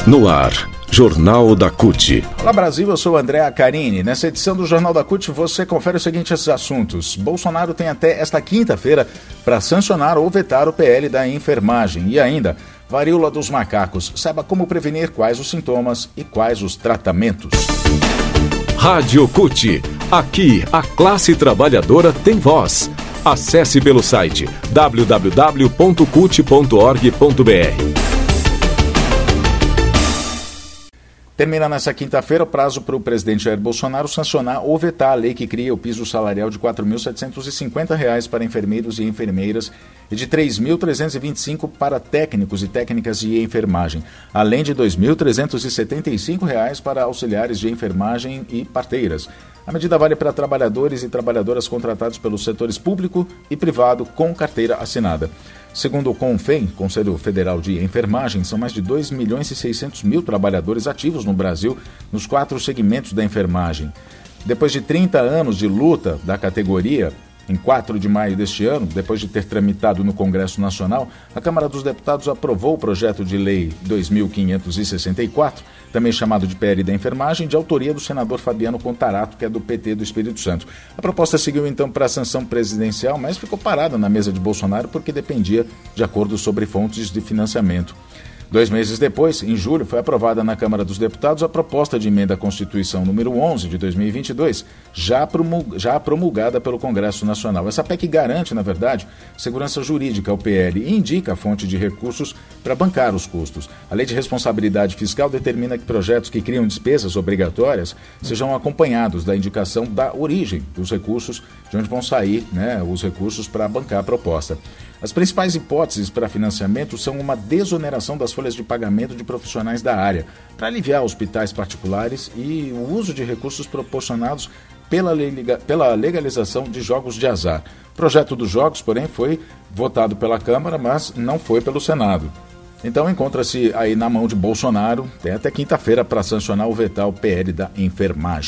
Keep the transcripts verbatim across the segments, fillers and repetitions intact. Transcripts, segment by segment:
No ar, Jornal da C U T. Olá Brasil, eu sou o André Acarini. Nessa edição do Jornal da C U T você confere os seguintes assuntos. Bolsonaro tem até esta quinta-feira para sancionar ou vetar o P L da enfermagem. E ainda, varíola dos macacos. Saiba como prevenir, quais os sintomas e quais os tratamentos. Rádio C U T. Aqui, a classe trabalhadora tem voz. Acesse pelo site w w w ponto cult ponto org ponto b r. Termina nesta quinta-feira o prazo para o presidente Jair Bolsonaro sancionar ou vetar a lei que cria o piso salarial de quatro mil setecentos e cinquenta reais para enfermeiros e enfermeiras e de três mil trezentos e vinte e cinco reais para técnicos e técnicas de enfermagem, além de dois mil trezentos e setenta e cinco reais para auxiliares de enfermagem e parteiras. A medida vale para trabalhadores e trabalhadoras contratados pelos setores público e privado com carteira assinada. Segundo o CONFEM, Conselho Federal de Enfermagem, são mais de dois milhões e seiscentos mil trabalhadores ativos no Brasil nos quatro segmentos da enfermagem. Depois de trinta anos de luta da categoria, em quatro de maio deste ano, depois de ter tramitado no Congresso Nacional, a Câmara dos Deputados aprovou o projeto de lei dois mil quinhentos e sessenta e quatro, também chamado de P L da enfermagem, de autoria do senador Fabiano Contarato, que é do P T do Espírito Santo. A proposta seguiu então para a sanção presidencial, mas ficou parada na mesa de Bolsonaro porque dependia de acordos sobre fontes de financiamento. Dois meses depois, em julho, foi aprovada na Câmara dos Deputados a proposta de emenda à Constituição número onze de dois mil e vinte e dois, já promulgada pelo Congresso Nacional. Essa P E C garante, na verdade, segurança jurídica ao P L e indica a fonte de recursos para bancar os custos. A Lei de Responsabilidade Fiscal determina que projetos que criam despesas obrigatórias sejam acompanhados da indicação da origem dos recursos, de onde vão sair, né, os recursos para bancar a proposta. As principais hipóteses para financiamento são uma desoneração das folhas de pagamento de profissionais da área, para aliviar hospitais particulares e o uso de recursos proporcionados pela, lega, pela legalização de jogos de azar. O projeto dos jogos, porém, foi votado pela Câmara, mas não foi pelo Senado. Então encontra-se aí na mão de Bolsonaro, tem até quinta-feira para sancionar ou vetar o P L da enfermagem.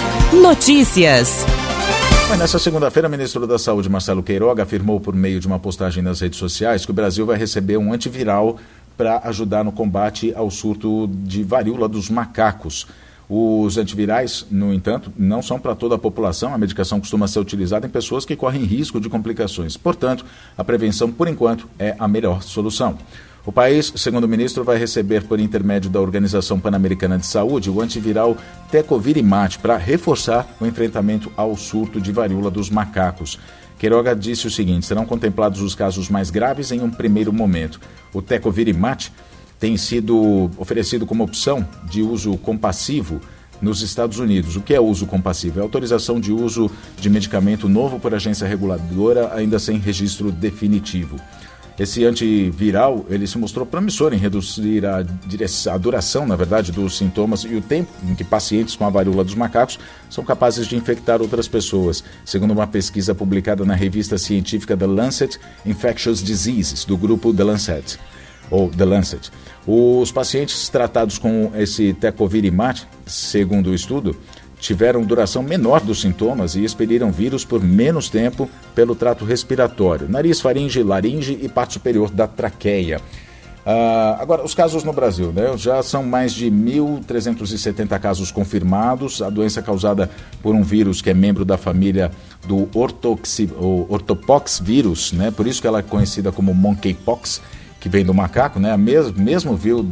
Notícias. Mas nessa segunda-feira, o ministro da Saúde, Marcelo Queiroga, afirmou por meio de uma postagem nas redes sociais que o Brasil vai receber um antiviral para ajudar no combate ao surto de varíola dos macacos. Os antivirais, no entanto, não são para toda a população. A medicação costuma ser utilizada em pessoas que correm risco de complicações. Portanto, a prevenção, por enquanto, é a melhor solução. O país, segundo o ministro, vai receber, por intermédio da Organização Pan-Americana de Saúde, o antiviral Tecovirimat para reforçar o enfrentamento ao surto de varíola dos macacos. Queiroga disse o seguinte: serão contemplados os casos mais graves em um primeiro momento. O Tecovirimat tem sido oferecido como opção de uso compassivo nos Estados Unidos. O que é uso compassivo? É autorização de uso de medicamento novo por agência reguladora, ainda sem registro definitivo. Esse antiviral, ele se mostrou promissor em reduzir a, direção, a duração, na verdade, dos sintomas e o tempo em que pacientes com a varíola dos macacos são capazes de infectar outras pessoas, segundo uma pesquisa publicada na revista científica The Lancet Infectious Diseases, do grupo The Lancet, ou The Lancet. Os pacientes tratados com esse Tecovirimat, segundo o estudo, tiveram duração menor dos sintomas e expeliram vírus por menos tempo pelo trato respiratório, nariz, faringe, laringe e parte superior da traqueia. Uh, agora, os casos no Brasil, né? Já são mais de mil trezentos e setenta casos confirmados. A doença é causada por um vírus que é membro da família do ortoxi, ortopox vírus, né? Por isso que ela é conhecida como monkeypox, que vem do macaco, né? Mesmo, mesmo,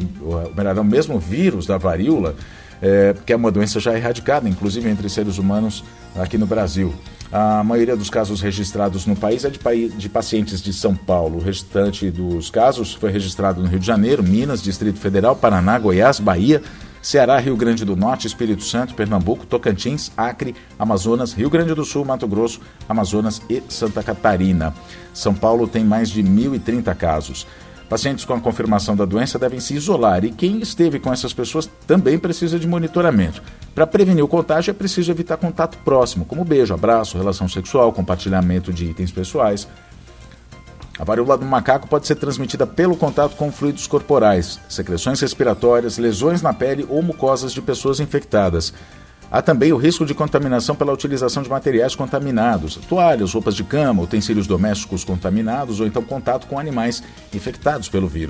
o mesmo vírus da varíola, É, que é uma doença já erradicada, inclusive entre seres humanos aqui no Brasil. A maioria dos casos registrados no país é de, de pacientes de São Paulo. O restante dos casos foi registrado no Rio de Janeiro, Minas, Distrito Federal, Paraná, Goiás, Bahia, Ceará, Rio Grande do Norte, Espírito Santo, Pernambuco, Tocantins, Acre, Amazonas, Rio Grande do Sul, Mato Grosso, Amazonas e Santa Catarina. São Paulo tem mais de mil e trinta casos. Pacientes com a confirmação da doença devem se isolar e quem esteve com essas pessoas também precisa de monitoramento. Para prevenir o contágio é preciso evitar contato próximo, como beijo, abraço, relação sexual, compartilhamento de itens pessoais. A varíola do macaco pode ser transmitida pelo contato com fluidos corporais, secreções respiratórias, lesões na pele ou mucosas de pessoas infectadas. Há também o risco de contaminação pela utilização de materiais contaminados, toalhas, roupas de cama, utensílios domésticos contaminados ou então contato com animais infectados pelo vírus.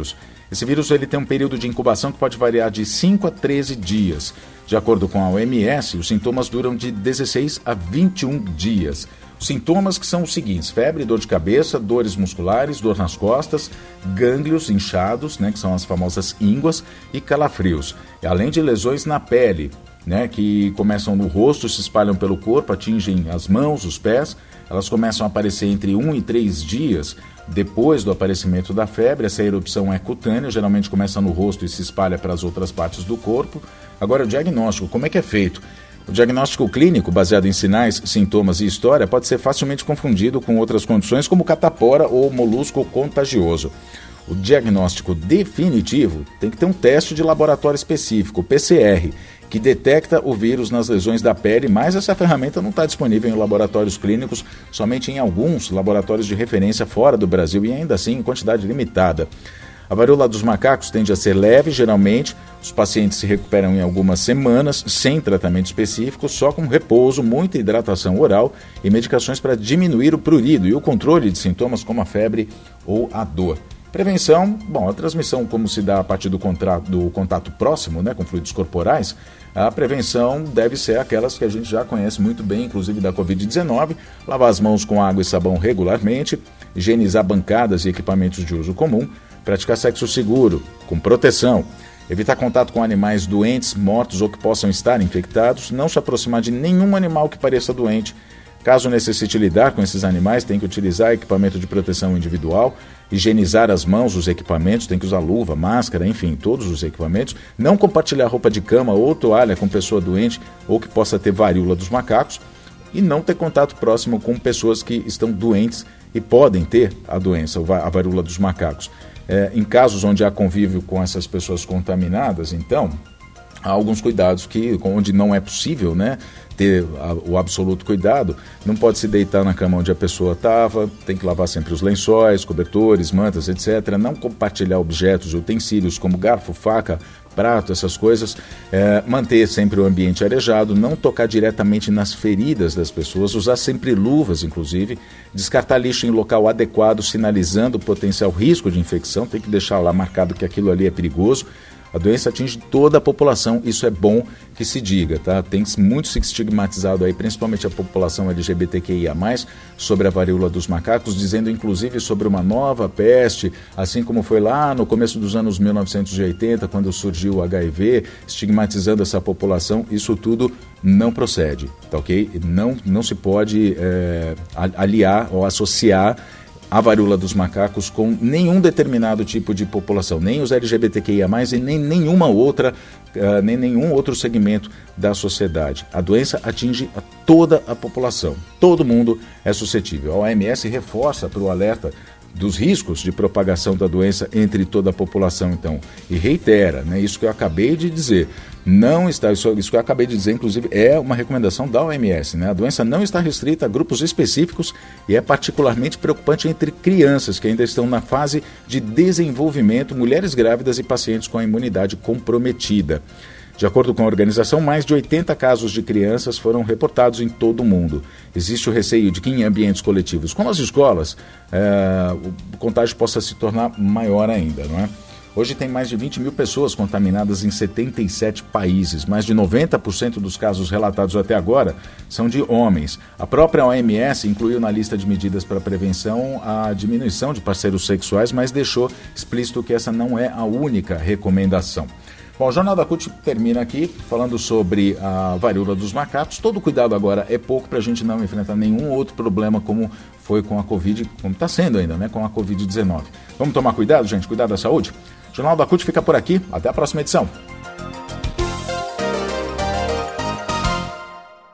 Esse vírus ele tem um período de incubação que pode variar de cinco a treze dias. De acordo com a O M S, os sintomas duram de dezesseis a vinte e um dias. Os sintomas que são os seguintes: febre, dor de cabeça, dores musculares, dor nas costas, gânglios inchados, né, que são as famosas ínguas, e calafrios. Além de lesões na pele, né, que começam no rosto, se espalham pelo corpo, atingem as mãos, os pés. Elas começam a aparecer entre um e três dias depois do aparecimento da febre. Essa erupção é cutânea, geralmente começa no rosto e se espalha para as outras partes do corpo. Agora, o diagnóstico, como é que é feito? O diagnóstico clínico, baseado em sinais, sintomas e história, pode ser facilmente confundido com outras condições como catapora ou molusco contagioso. O diagnóstico definitivo tem que ter um teste de laboratório específico, P C R, que detecta o vírus nas lesões da pele, mas essa ferramenta não está disponível em laboratórios clínicos, somente em alguns laboratórios de referência fora do Brasil e ainda assim em quantidade limitada. A varíola dos macacos tende a ser leve, geralmente. Os pacientes se recuperam em algumas semanas, sem tratamento específico, só com repouso, muita hidratação oral e medicações para diminuir o prurido e o controle de sintomas como a febre ou a dor. Prevenção, bom, a transmissão como se dá a partir do, contrato, do contato próximo, né, com fluidos corporais, a prevenção deve ser aquelas que a gente já conhece muito bem, inclusive da covid dezenove, lavar as mãos com água e sabão regularmente, higienizar bancadas e equipamentos de uso comum, praticar sexo seguro, com proteção, evitar contato com animais doentes, mortos ou que possam estar infectados, não se aproximar de nenhum animal que pareça doente. Caso necessite lidar com esses animais, tem que utilizar equipamento de proteção individual, higienizar as mãos, os equipamentos, tem que usar luva, máscara, enfim, todos os equipamentos. Não compartilhar roupa de cama ou toalha com pessoa doente ou que possa ter varíola dos macacos. E não ter contato próximo com pessoas que estão doentes e podem ter a doença, a varíola dos macacos. É, em casos onde há convívio com essas pessoas contaminadas, então, há alguns cuidados que, onde não é possível, né, ter a, o absoluto cuidado. Não pode se deitar na cama onde a pessoa estava, tem que lavar sempre os lençóis, cobertores, mantas, etcétera. Não compartilhar objetos, utensílios como garfo, faca, prato, essas coisas. É, manter sempre o ambiente arejado, não tocar diretamente nas feridas das pessoas, usar sempre luvas, inclusive, descartar lixo em local adequado, sinalizando o potencial risco de infecção, tem que deixar lá marcado que aquilo ali é perigoso. A doença atinge toda a população, isso é bom que se diga, tá? Tem muito se estigmatizado aí, principalmente a população L G B T Q I A mais, sobre a varíola dos macacos, dizendo inclusive sobre uma nova peste, assim como foi lá no começo dos anos mil novecentos e oitenta, quando surgiu o H I V, estigmatizando essa população. Isso tudo não procede, tá ok? Não, não se pode é, aliar ou associar a varíola dos macacos com nenhum determinado tipo de população, nem os L G B T Q I A mais, e nem nenhuma outra, uh, nem nenhum outro segmento da sociedade. A doença atinge a toda a população, todo mundo é suscetível. A O M S reforça para o alerta dos riscos de propagação da doença entre toda a população, então, e reitera, né, isso que eu acabei de dizer, não está, isso, isso que eu acabei de dizer, inclusive, é uma recomendação da O M S, né, a doença não está restrita a grupos específicos e é particularmente preocupante entre crianças que ainda estão na fase de desenvolvimento, mulheres grávidas e pacientes com a imunidade comprometida. De acordo com a organização, mais de oitenta casos de crianças foram reportados em todo o mundo. Existe o receio de que em ambientes coletivos, como as escolas, é, o contágio possa se tornar maior ainda, não é? Hoje tem mais de vinte mil pessoas contaminadas em setenta e sete países. Mais de noventa por cento dos casos relatados até agora são de homens. A própria O M S incluiu na lista de medidas para prevenção a diminuição de parceiros sexuais, mas deixou explícito que essa não é a única recomendação. Bom, o Jornal da C U T termina aqui falando sobre a varíola dos macacos. Todo cuidado agora é pouco para a gente não enfrentar nenhum outro problema como foi com a Covid, como está sendo ainda, né, com a covid dezenove. Vamos tomar cuidado, gente? Cuidar da saúde? O Jornal da C U T fica por aqui. Até a próxima edição.